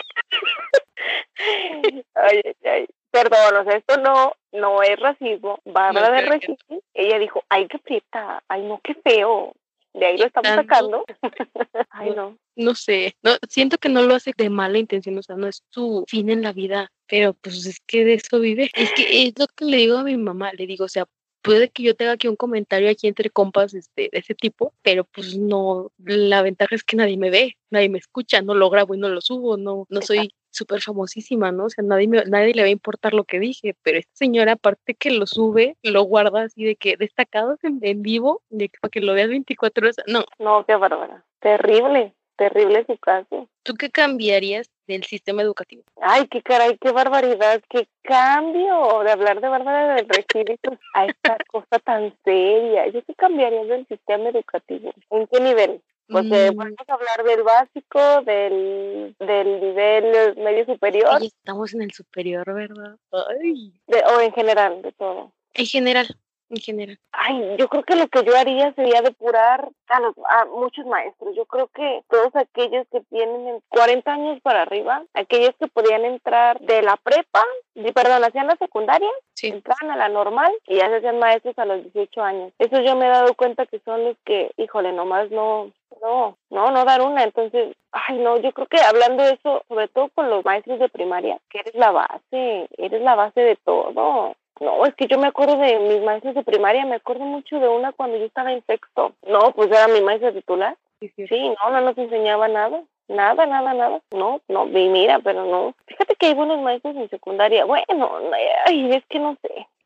Ay, ay, ay. Perdón, o sea, esto no, no es racismo. Bárbara
No,
del
claro que
Regil, ella dijo, ay, qué prieta, ay, no, qué feo. De ahí lo estamos
Tanto-
sacando. Ay, no.
No sé, no, siento que no lo hace de mala intención, o sea, no es su fin en la vida, pero pues es que de eso vive. Es que es lo que le digo a mi mamá, le digo, o sea, puede que yo tenga aquí un comentario aquí entre compas este, de ese tipo, pero pues no, la ventaja es que nadie me ve, nadie me escucha, no lo grabo y no lo subo, no, no soy súper famosísima, ¿no? O sea, nadie, me, nadie le va a importar lo que dije, pero esta señora, aparte que lo sube, lo guarda así de que destacados en, en vivo, de que, para que lo veas veinticuatro horas, no.
No, qué bárbara. Terrible, terrible su caso.
¿Tú qué cambiarías del sistema educativo?
Ay, qué caray, qué barbaridad, qué cambio de hablar de Bárbara del Regil a esta cosa tan seria. ¿Yo qué cambiaría del sistema educativo? ¿En qué nivel? Pues eh,
Mm,
podemos hablar del básico, del, del nivel medio superior,
y estamos en el superior, ¿verdad? Ay.
de, o en general, de todo.
En general, en general.
Ay, yo creo que lo que yo haría sería depurar a, los, a muchos maestros. Yo creo que todos aquellos que tienen cuarenta años para arriba, aquellos que podían entrar de la prepa, de, perdón, hacían la secundaria,
Sí.
entraban a la normal y ya se hacían maestros a los dieciocho años. Eso yo me he dado cuenta que son los que, híjole, nomás no, no, no, no dar una. Entonces, ay, no, yo creo que hablando de eso, sobre todo con los maestros de primaria, que eres la base, eres la base de todo. No, es que yo me acuerdo de mis maestros de primaria, me acuerdo mucho de una cuando yo estaba en sexto. No, pues era mi maestra titular.
Sí, sí.
Sí, no, no nos enseñaba nada. Nada, nada, nada. No, no, y mira, pero no. Fíjate que hay buenos maestros en secundaria. Bueno, ay, es que no sé.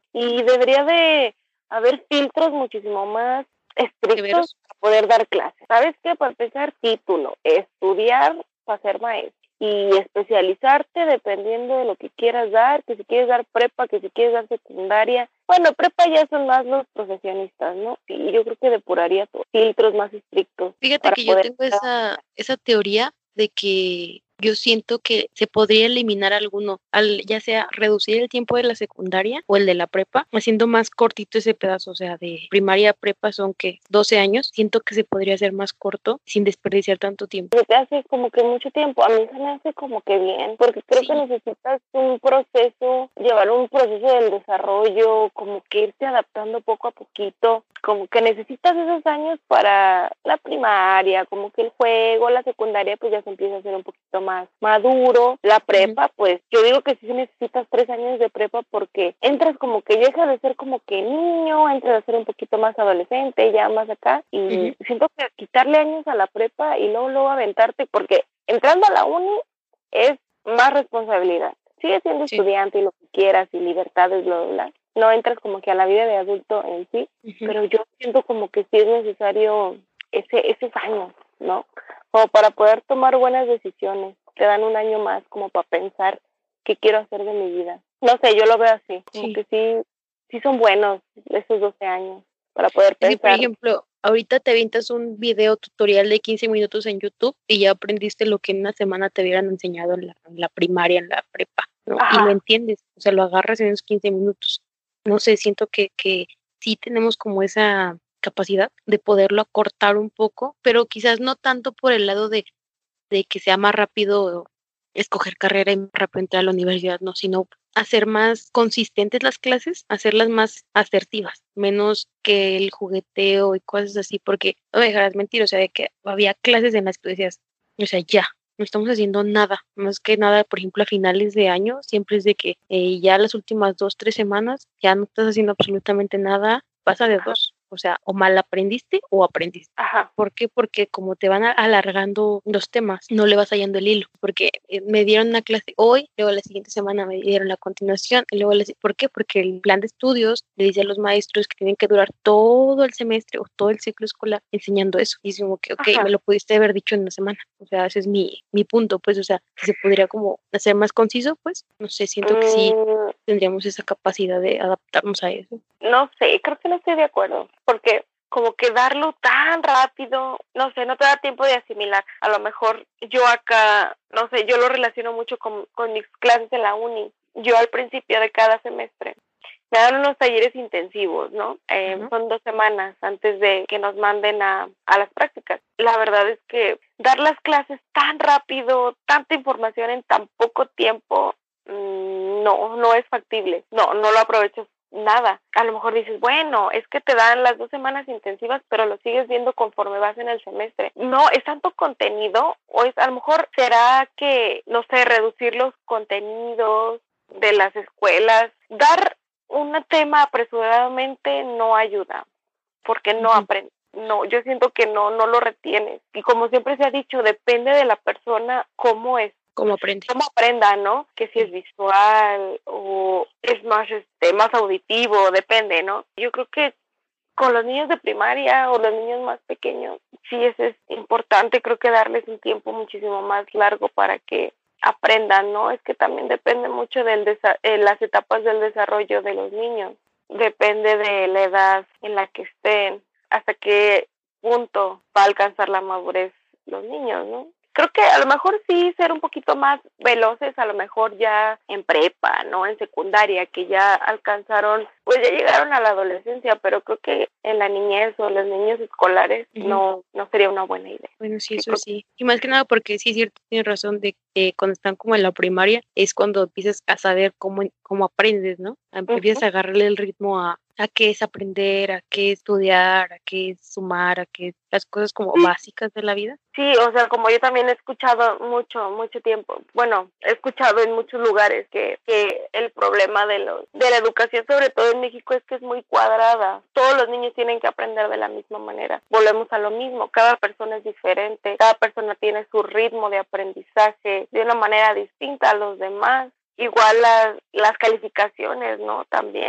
y debería de haber filtros muchísimo más estrictos
¿Severos?
para poder dar clases. ¿Sabes qué? Para empezar, título, estudiar para ser maestro y especializarte dependiendo de lo que quieras dar, que si quieres dar prepa, que si quieres dar secundaria. Bueno, prepa ya son más los profesionistas, ¿no? Y yo creo que depuraría todo, filtros más estrictos.
Fíjate
para
que yo
poder
tengo esa, esa teoría de que yo siento que se podría eliminar alguno, al, ya sea reducir el tiempo de la secundaria o el de la prepa, haciendo más cortito ese pedazo, o sea, de primaria a prepa son que doce años, siento que se podría hacer más corto sin desperdiciar tanto tiempo.
Se te hace como que mucho tiempo, a mí se me hace como que bien, porque creo
Sí.
que necesitas un proceso, llevar un proceso del desarrollo, como que irte adaptando poco a poquito, como que necesitas esos años para la primaria, como que el juego, la secundaria pues ya se empieza a hacer un poquito más maduro, la prepa uh-huh. pues yo digo que sí necesitas tres años de prepa porque entras como que dejas de ser como que niño, entras a ser un poquito más adolescente, ya más acá, y uh-huh. siento que quitarle años a la prepa y luego luego aventarte, porque entrando a la uni es más responsabilidad, sigues siendo sí. estudiante y lo que quieras y libertades, bla, bla, bla, no entras como que a la vida de adulto en sí, uh-huh. pero yo siento como que sí es necesario ese esos años, ¿no? Como para poder tomar buenas decisiones, te dan un año más como para pensar qué quiero hacer de mi vida. No sé, yo lo veo así, como sí. que sí, sí son buenos esos doce años para poder pensar.
Sí, por ejemplo, ahorita te avientas un video tutorial de quince minutos en YouTube y ya aprendiste lo que en una semana te hubieran enseñado en la, en la primaria, en la prepa, ¿no? Y lo entiendes, o sea, lo agarras en esos quince minutos. No sé, siento que, que sí tenemos como esa capacidad de poderlo acortar un poco, pero quizás no tanto por el lado de, de que sea más rápido escoger carrera y más rápido entrar a la universidad, no, sino hacer más consistentes las clases, hacerlas más asertivas, menos que el jugueteo y cosas así, porque no me dejarás mentir, o sea, de que había clases en las que tú decías, o sea, ya, no estamos haciendo nada, más que nada, por ejemplo, a finales de año, siempre es de que eh, ya las últimas dos, tres semanas ya no estás haciendo absolutamente nada, pasa de dos. O sea, o mal aprendiste o aprendiste.
Ajá.
¿Por qué? Porque como te van alargando los temas, no le vas hallando el hilo. Porque me dieron una clase hoy, luego la siguiente semana me dieron la continuación, y luego les... ¿Por qué? Porque el plan de estudios le dice a los maestros que tienen que durar todo el semestre o todo el ciclo escolar enseñando eso. Y es como que, ok, Ajá. me lo pudiste haber dicho en una semana. O sea, ese es mi, mi punto, pues, o sea, si se podría como hacer más conciso, pues, no sé, siento mm. que sí tendríamos esa capacidad de adaptarnos a eso.
No sé, creo que no estoy de acuerdo, porque como que darlo tan rápido, no sé, no te da tiempo de asimilar. A lo mejor yo acá, no sé, yo lo relaciono mucho con, con mis clases en la uni. Yo al principio de cada semestre me dan unos talleres intensivos, ¿no? Eh, uh-huh. Son dos semanas antes de que nos manden a, a las prácticas. La verdad es que dar las clases tan rápido, tanta información en tan poco tiempo, mmm, no, no es factible. No, no lo aprovechas nada. A lo mejor dices, bueno, es que te dan las dos semanas intensivas, pero lo sigues viendo conforme vas en el semestre. No, es tanto contenido, o es a lo mejor será que, no sé, reducir los contenidos de las escuelas. Dar un tema apresuradamente no ayuda, porque no uh-huh. aprendes. No, yo siento que no, no lo retienes. Y como siempre se ha dicho, depende de la persona cómo es.
Cómo aprende.
Cómo aprenda, ¿no? Que si es visual o es más, este, más auditivo, depende, ¿no? Yo creo que con los niños de primaria o los niños más pequeños, sí eso es importante, creo que darles un tiempo muchísimo más largo para que aprendan, ¿no? Es que también depende mucho de desa- eh, las etapas del desarrollo de los niños. Depende de la edad en la que estén, hasta qué punto va a alcanzar la madurez los niños, ¿no? Creo que a lo mejor sí ser un poquito más veloces, a lo mejor ya en prepa, ¿no? En secundaria, que ya alcanzaron, pues ya llegaron a la adolescencia, pero creo que en la niñez o los niños escolares uh-huh. no no sería una buena idea.
Bueno, sí, eso sí. Y más que nada porque sí es cierto, tienes razón de que cuando están como en la primaria es cuando empiezas a saber cómo, cómo aprendes, ¿no? Empiezas uh-huh. a agarrarle el ritmo a a qué es aprender, a qué estudiar, a qué es sumar, a qué las cosas como sí. básicas de la vida.
Sí, o sea, como yo también he escuchado mucho, mucho tiempo, bueno, he escuchado en muchos lugares que, que el problema de los de la educación, sobre todo en México, es que es muy cuadrada. Todos los niños tienen que aprender de la misma manera. Volvemos a lo mismo, cada persona es diferente, cada persona tiene su ritmo de aprendizaje de una manera distinta a los demás. Igual las, las calificaciones, ¿no? También.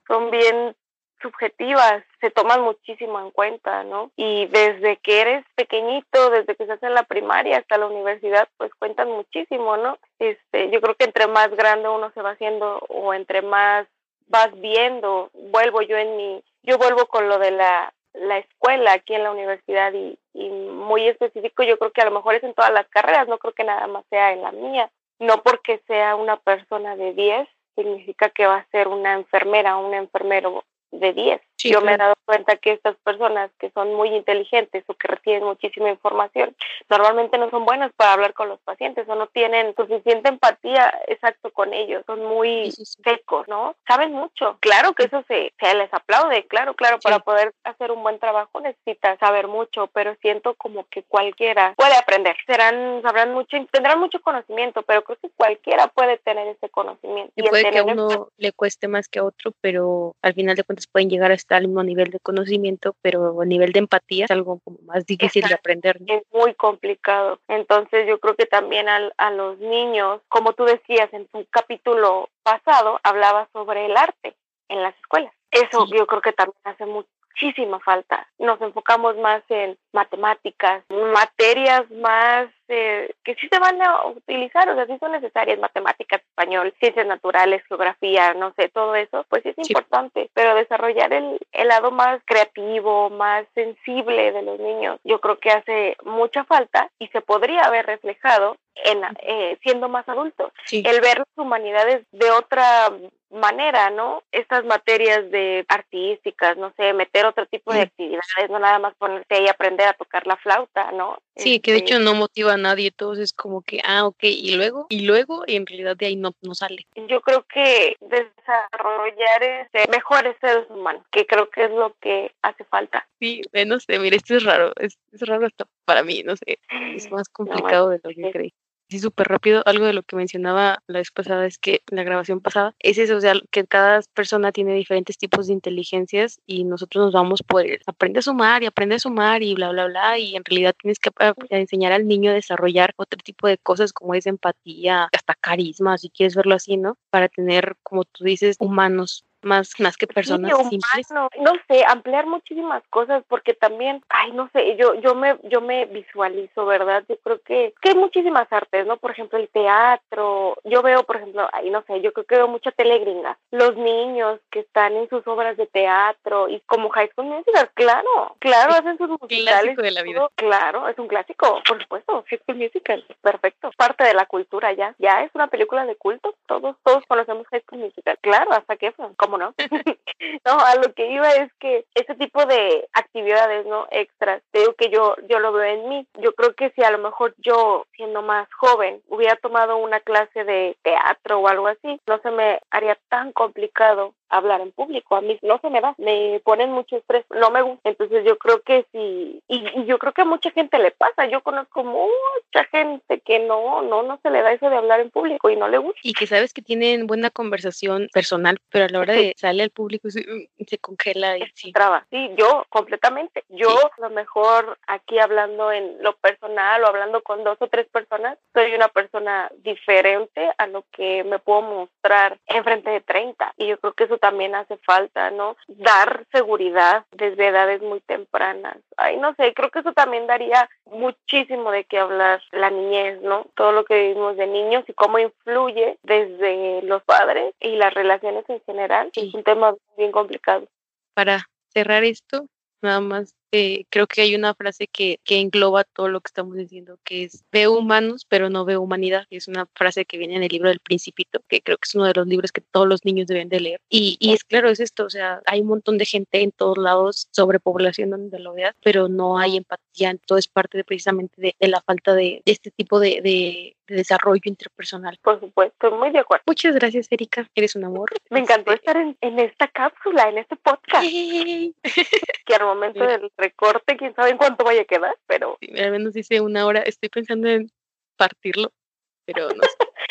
son bien subjetivas, se toman muchísimo en cuenta, ¿no? Y desde que eres pequeñito, desde que estás en la primaria hasta la universidad, pues cuentan muchísimo, ¿no? Este, yo creo que entre más grande uno se va haciendo o entre más vas viendo, vuelvo yo en mi, yo vuelvo con lo de la, la escuela aquí en la universidad y, y muy específico, yo creo que a lo mejor es en todas las carreras, no creo que nada más sea en la mía, no porque sea una persona de diez significa que va a ser una enfermera o un enfermero de diez. Sí, yo claro. me he dado cuenta que estas personas que son muy inteligentes o que reciben muchísima información, normalmente no son buenas para hablar con los pacientes o no tienen suficiente empatía exacto con ellos, son muy sí, sí. secos, ¿no? Saben mucho. Claro que eso se, se les aplaude, claro, claro, sí. para poder hacer un buen trabajo necesitas saber mucho, pero siento como que cualquiera puede aprender. Serán, sabrán mucho, tendrán mucho conocimiento, pero creo que cualquiera puede tener ese conocimiento.
Y, y puede que a uno el... le cueste más que a otro, pero al final de cuentas pueden llegar a estar al mismo nivel de conocimiento, pero a nivel de empatía es algo como más difícil Exacto. de aprender, ¿no?
Es muy complicado. Entonces yo creo que también a, a los niños, como tú decías en tu capítulo pasado, hablabas sobre el arte en las escuelas. Eso sí. yo creo que también hace muchísima falta. Nos enfocamos más en matemáticas, materias más eh, que sí se van a utilizar, o sea, sí son necesarias, matemáticas, español, ciencias naturales, geografía, no sé, todo eso, pues sí es sí. importante, pero desarrollar el, el lado más creativo, más sensible de los niños, yo creo que hace mucha falta y se podría haber reflejado en eh, siendo más adultos, sí. el ver las humanidades de otra manera, ¿no? Estas materias de artísticas, no sé, meter otro tipo de actividades, no nada más ponerte ahí a aprender a tocar la flauta, ¿no?
Sí, que de hecho no motiva a nadie, todos es como que, ah, ok, y luego, y luego, y en realidad de ahí no, no sale.
Yo creo que desarrollar este, mejores seres humanos, que creo que es lo que hace falta.
Sí, no sé, mira, esto es raro, es, es raro hasta para mí, no sé, es más complicado no, de lo que creí. Sí, súper rápido, algo de lo que mencionaba la vez pasada es que la grabación pasada es eso, o sea, que cada persona tiene diferentes tipos de inteligencias y nosotros nos vamos por el, aprende a sumar y aprende a sumar y bla, bla, bla, y en realidad tienes que a, a enseñar al niño a desarrollar otro tipo de cosas como es empatía, hasta carisma, si quieres verlo así, ¿no? Para tener, como tú dices, humanos. Más, más que personas
sí,
simples.
Humano, no sé, ampliar muchísimas cosas porque también, ay, no sé, yo yo me yo me visualizo, ¿verdad? Yo creo que, que hay muchísimas artes, ¿no? Por ejemplo, el teatro, yo veo, por ejemplo, ay, no sé, yo creo que veo mucha tele gringa, los niños que están en sus obras de teatro y como High School Musical, claro, claro,
es
hacen sus musicales.
Clásico de la vida.
Todo, claro, es un clásico, por supuesto, High School Musical, perfecto, parte de la cultura ya, ya es una película de culto, todos, todos conocemos High School Musical, claro, hasta que fue, ¿cómo no? No, a lo que iba es que ese tipo de actividades, ¿no? Extras, te digo que yo, yo lo veo en mí. Yo creo que si a lo mejor yo, siendo más joven, hubiera tomado una clase de teatro o algo así, no se me haría tan complicado hablar en público. A mí no se me da, me ponen mucho estrés, no me gusta. Entonces yo creo que sí, y, y yo creo que a mucha gente le pasa. Yo conozco mucha gente que no, no, no se le da eso de hablar en público y no le gusta.
Y que sabes que tienen buena conversación personal, pero a la hora sí. de salir al público se, se congela y sí.
Traba. Sí, yo completamente. Yo sí. a lo mejor aquí hablando en lo personal o hablando con dos o tres personas, soy una persona diferente a lo que me puedo mostrar en frente de treinta. Y yo creo que eso también hace falta, ¿no? Dar seguridad desde edades muy tempranas. Ay, no sé, creo que eso también daría muchísimo de qué hablar la niñez, ¿no? Todo lo que vivimos de niños y cómo influye desde los padres y las relaciones en general. Sí. Es un tema bien complicado.
Para cerrar esto, nada más eh, creo que hay una frase que, que engloba todo lo que estamos diciendo, que es veo humanos pero no veo humanidad. Es una frase que viene en el libro del Principito, que creo que es uno de los libros que todos los niños deben de leer. Y, y es claro, es esto, o sea, hay un montón de gente en todos lados, sobrepoblación donde lo veas, pero no hay empatía. Todo es parte de, precisamente de, de la falta de, de este tipo de, de, de desarrollo interpersonal.
Por supuesto, muy de acuerdo.
Muchas gracias, Erika, eres un amor.
Me encantó este... estar en, en esta cápsula, en este podcast.
Hey.
Que al momento del recorte, quién sabe en cuánto vaya a quedar, pero...
Sí, al menos dice una hora, estoy pensando en partirlo, pero no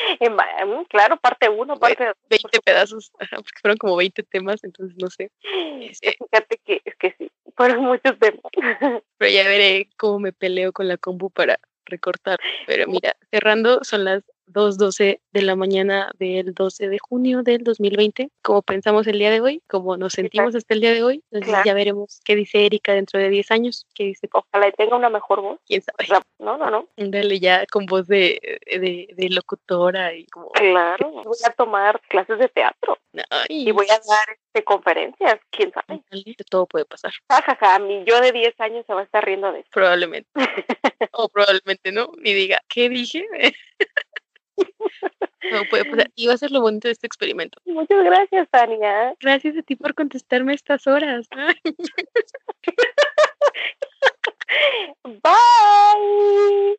sé.
Claro, parte uno, parte dos.
veinte pedazos, porque fueron como veinte temas, entonces no sé.
Este... Fíjate que es que sí, fueron muchos temas.
Pero ya veré cómo me peleo con la compu para recortar. Pero mira, cerrando, son las dos doce de la mañana del doce de junio del dos mil veinte, como pensamos el día de hoy, como nos sentimos hasta el día de hoy. Entonces
Claro.
ya veremos qué dice Erika dentro de diez años, qué dice,
Ojalá y tenga una mejor voz.
quién sabe.
La- No, no, no.
Dale ya con voz de, de, de locutora y como...
Claro. Voy a tomar clases de teatro
Ay,
y voy a dar este, conferencias. ¿Quién sabe?
dale, todo puede pasar,
Jajaja, mi yo de diez años se va a estar riendo de eso.
probablemente. O probablemente no, ni diga, ¿qué dije? No puede pasar. Y va a ser lo bonito de este experimento.
Muchas gracias, Tania.
Gracias a ti por contestarme a estas horas.
Bye.